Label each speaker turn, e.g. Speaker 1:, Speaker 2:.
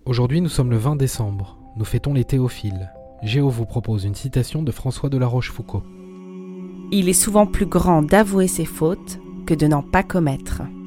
Speaker 1: Aujourd'hui, nous sommes le 20 décembre. Nous fêtons les Théophiles. Géo vous propose une citation de François de La Rochefoucauld.
Speaker 2: Il est souvent plus grand d'avouer ses fautes que de n'en pas commettre.